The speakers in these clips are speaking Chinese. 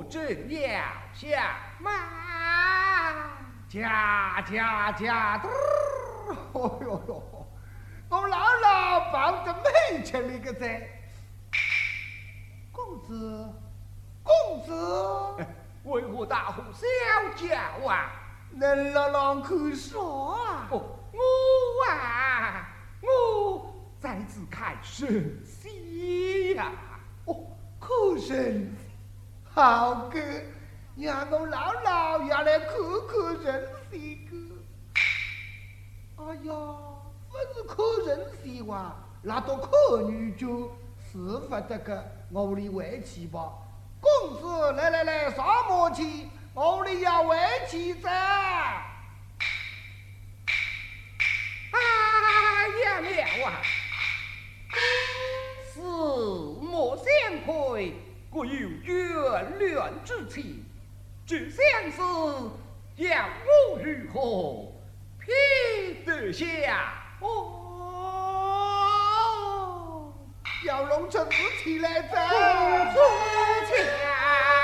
正要下马， 驾，哦哟哟，我姥姥抱着没吃了个噻。公子， 为何大呼小叫啊？ 恁姥姥去说啊？ 哦，我在此看神仙呀！ 哦，看神仙，好个，让我姥姥也来看看神仙个。哎呀，不是看神仙哇，那都看女就是不得个，我里围棋吧。公子，来，啥默契？我里要围棋噻。 呀了啊！死莫相愧，我有眷恋之情，只相思要我如何撇得下？ 哦，要弄成自己来噻。 自强。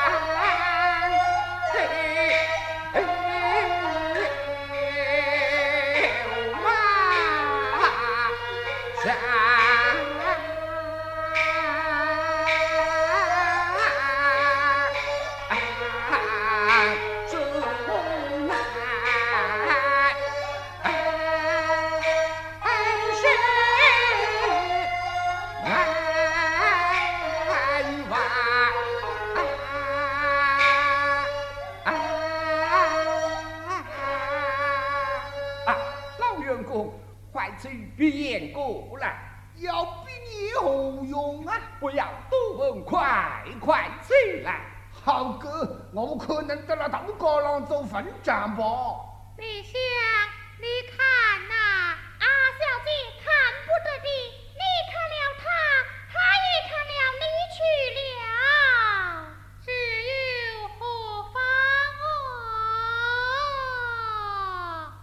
快去闭眼过来！ 要比你何用啊？ 不要多问，快起来！ 好个，我可能在那大高浪走奋战吧。 李香，你看呐，阿小姐看不得的，你看了她，她也看了你去了，至于何妨哦？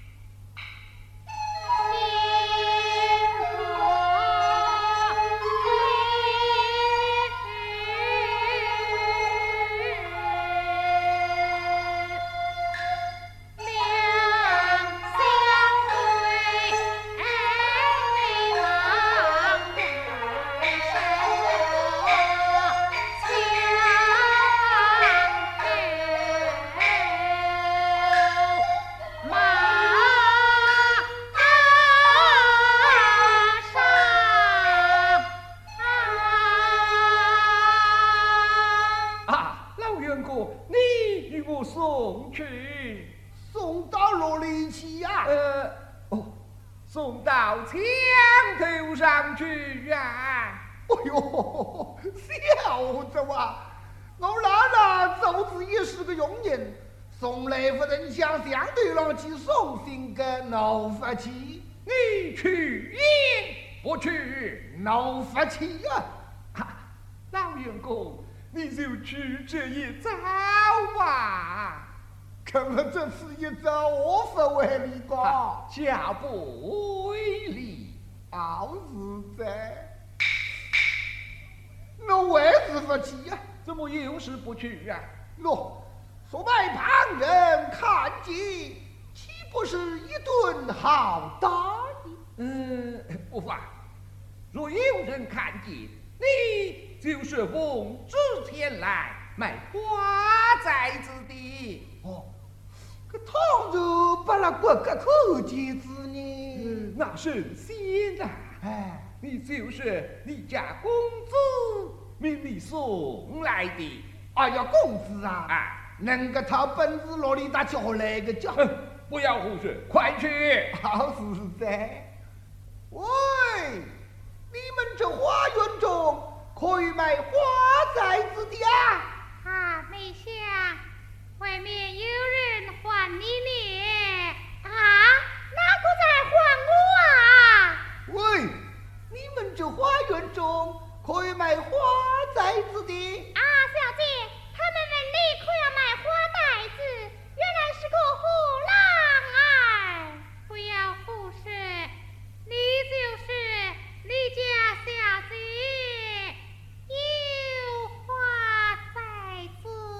送到哪里去呀？ 送到墙头上去啊！ 哎呦，小子哇！我姥姥就是也是个庸人，送来不能向相对郎去送信个闹发气。 你去也不去， 闹发气呀！ 老员工，你就去这一招吧。 可我这是一招我不为你个， 下不为例， 好是在。我为是不去呀？ 怎么又是不去啊？ 喏，说外旁人看见，岂不是一顿好打的？ 不妨，若有人看见，你就是奉旨前来买花栽子的。 哦，可倘若把那国家看见子呢？ 那神仙呐！ 哎， 你就是你家公子命你送来的。 哎呀，公子啊！能个套本事哪里打叫来个叫？ 不要胡说，快去！ 好是在。喂，你们这花园中可以卖花栽子的呀？ 啊，梅香，外面有人唤你呢。啊，哪个在唤我啊？ 喂，你们这花园中可以卖花栽子的？ 啊，小姐，他们问你可要卖花袋子，原来是个胡郎儿。不要胡说，你就是你家小姐，有花栽子。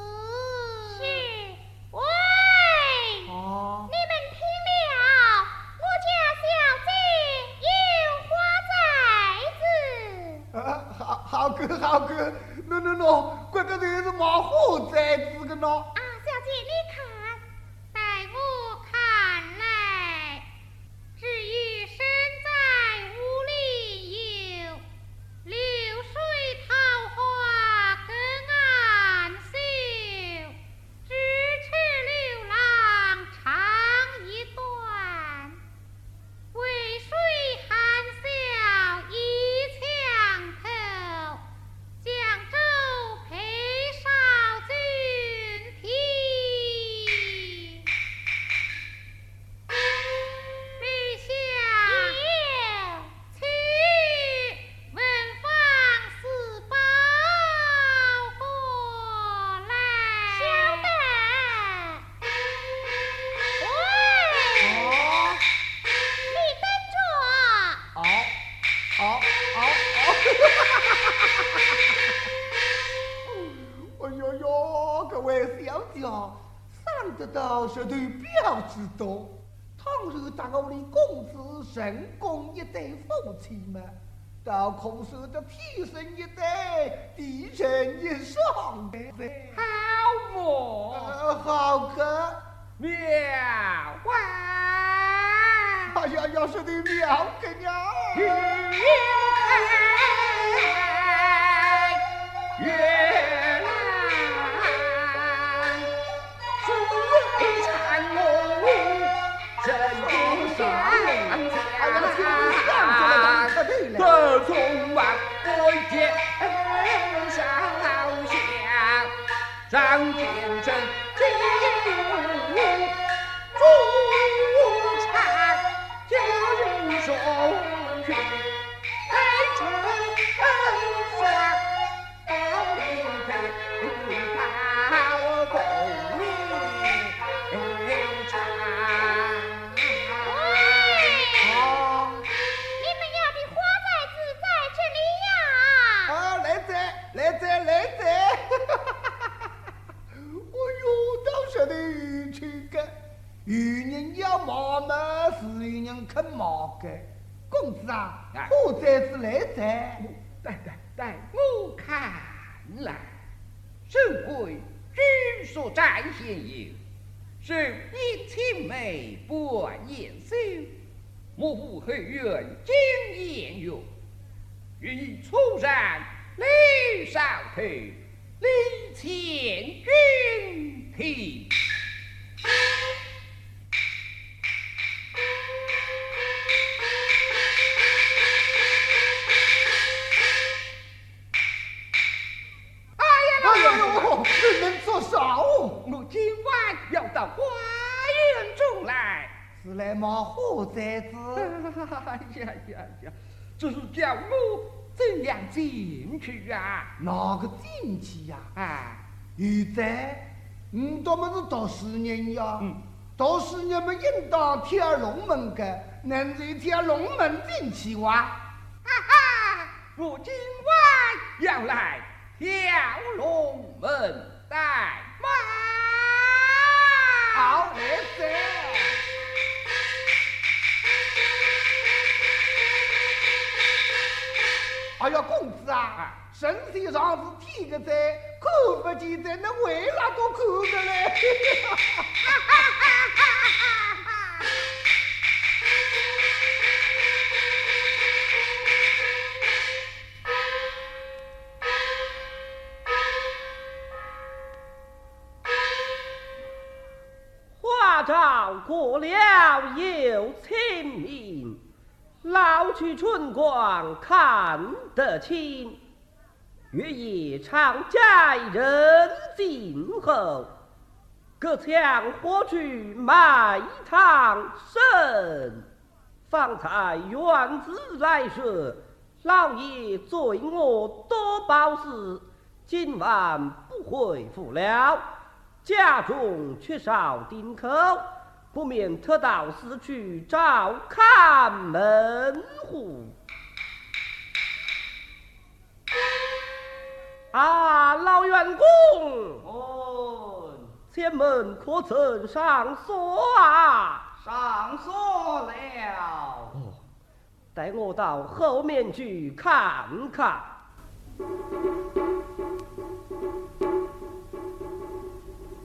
呢？ 啊，小姐，你看，待我看来，至于身在屋里游，流水桃花更暗秀，咫尺流浪长一段，渭水含笑一墙头，江州陪少君听。陛下，请文房四宝过来。晓得。喂， 哦你等着。 哦哦哦哦！哎呦呦，各位小姐，想得到是对表之多。倘若大我的公子成功一对夫妻嘛，倒可说得天生一对，地成一双的。 好么？ 好个！ 妙啊！ 哎呀呀，是的妙个呀！ 云开月来，苏缠我真不上得从万国间上下，张建成朱常就人说去，黑成双，高林配讨功名长。 你们要的花栽子在这里呀！ 来在！哎呦，当时的去个，有人要马嘛，是有人肯马个。公子啊，花栽子来在。 待我看来，神贵居所展现有，是一青梅半颜瘦，莫无后院经验哟。愿意出山李少头，李前君听。 你们做啥哦？ 我今晚要到花园中来。 是来买花栽子。 呀！这是叫我怎样进去啊？ 哪个进去呀？现在你多么是读书人呀？读书人们应当跳龙门的，能在跳龙门进去哇？ 我今晚要来跳龙门带马。 好来噻！哎呀，公子啊，身体上是铁个在，看不见在那为哪都看个嘞。 花朝过了又清明，老去春光看得清。月夜长在人静后，隔墙或去埋堂生。方才院子来说，老爷罪我多报事，今晚不回府了。家中缺少丁口，不免特到寺去照看门户。啊，老员工，前门可曾上锁啊？ 上锁了。 带我到后面去看看。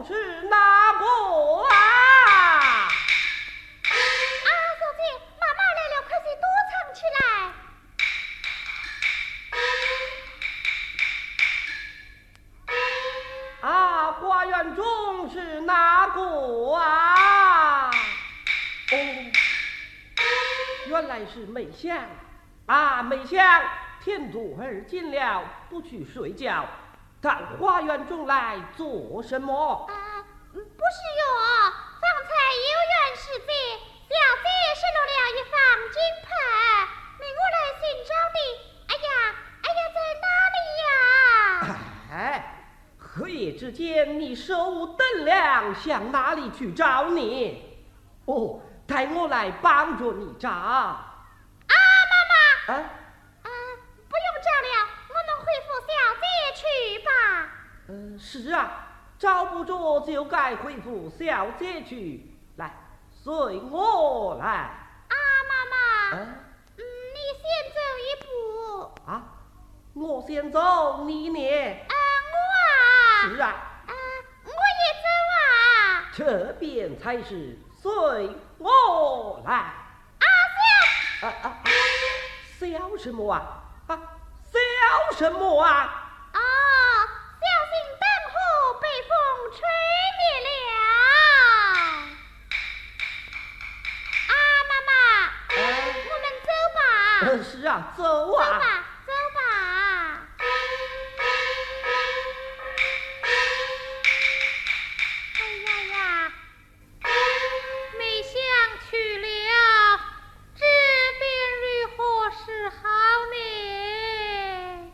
是哪个啊？ 啊，小姐，妈妈来了，快些躲藏起来。 啊，花园中是哪个啊？哦，原来是梅香啊，梅香，天都儿近了，不去睡觉，到花园中来做什么？ 不是哟，方才有缘是姐，小姐失落了一方金牌，命我来寻找的。哎呀，在哪里呀？ 哎，何夜之间你手无灯亮，向哪里去找你？哦，待我来帮助你找。 妈妈。 啊？ 不用找了，我们回府小姐去吧。 是啊，找不着就该回复小姐去。来，随我来。 妈妈。你先走一步。 啊，我先走，你呢？ 我啊。 是啊。 我也走啊。 这边才是，随我来。笑什么啊？笑什么啊？ 小心灯火被风吹灭了。妈妈，我们走吧。 是啊，走啊。 走吧，走吧。哎呀，梅香去了，这边如何是好呢？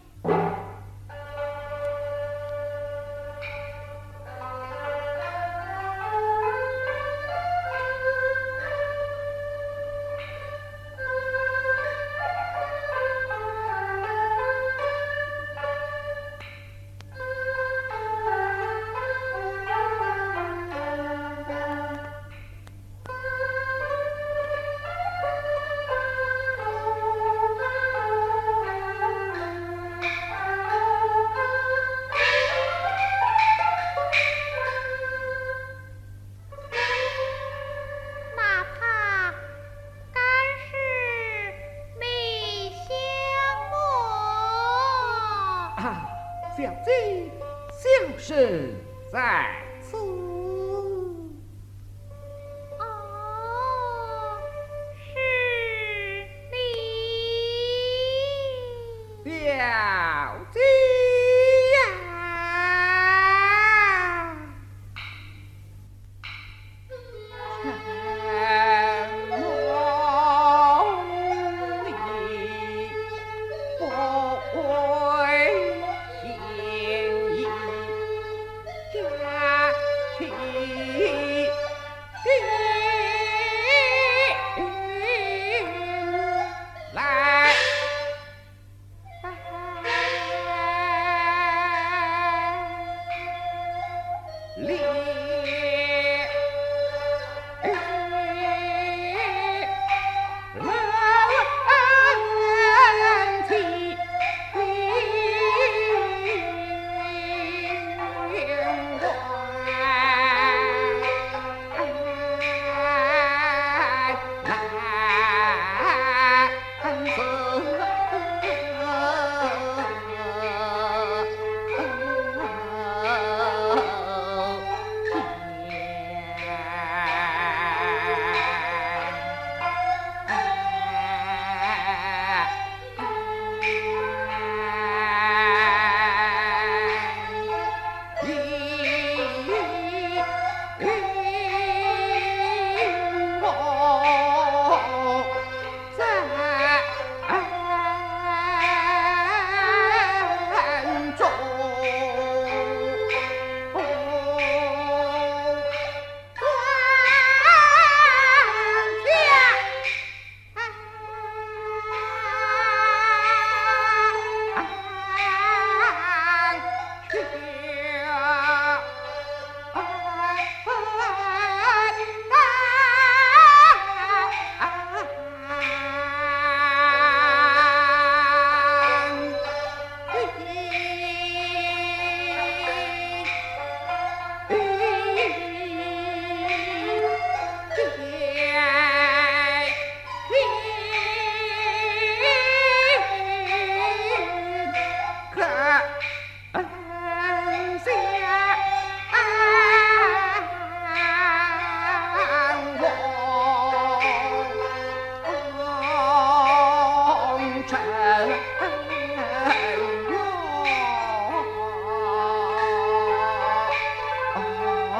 哪怕干是梅香我。 小姐，小生在此。 是你。 小姐呀，梦里不会轻易家去来。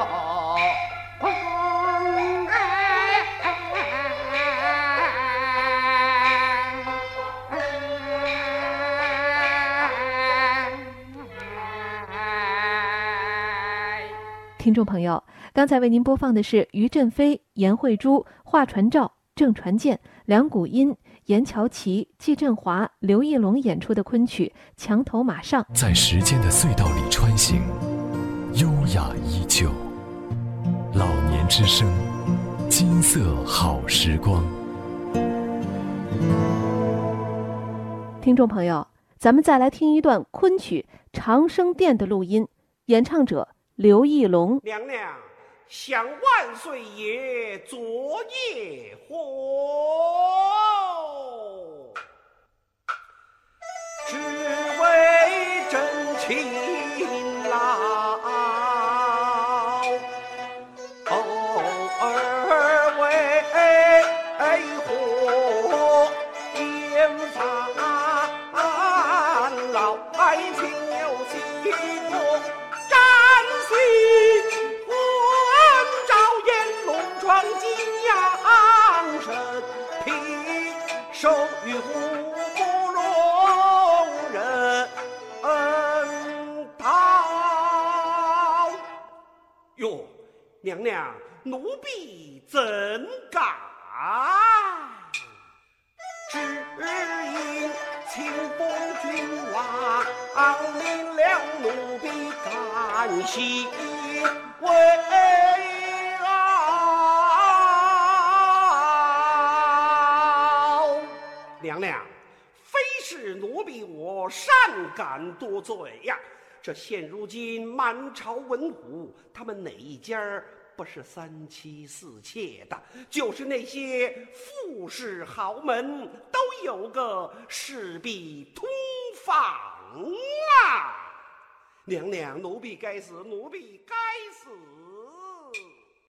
听众朋友，刚才为您播放的是于振飞、严慧珠、华传照、郑传健、梁谷音、严乔琪、季振华、刘义龙演出的昆曲《墙头马上》。 在时间的隧道里穿行，优雅依旧。老年之声，金色好时光。 听众朋友，咱们再来听一段昆曲《长生殿》的录音，演唱者刘义龙。 娘娘向万岁爷作业火，只为真情老。二位火烟残老，爱情有几多？战戏魂照烟笼窗金阳神，披手与不容人道。哟，娘娘，奴婢怎敢？只因清风君王命了奴婢甘心为劳。娘娘，非是奴婢我擅敢多罪呀！这现如今满朝文武，他们哪一家不是三妻四妾的？就是那些富士豪门，都有个侍婢通房啊！娘娘，奴婢该死，奴婢该死。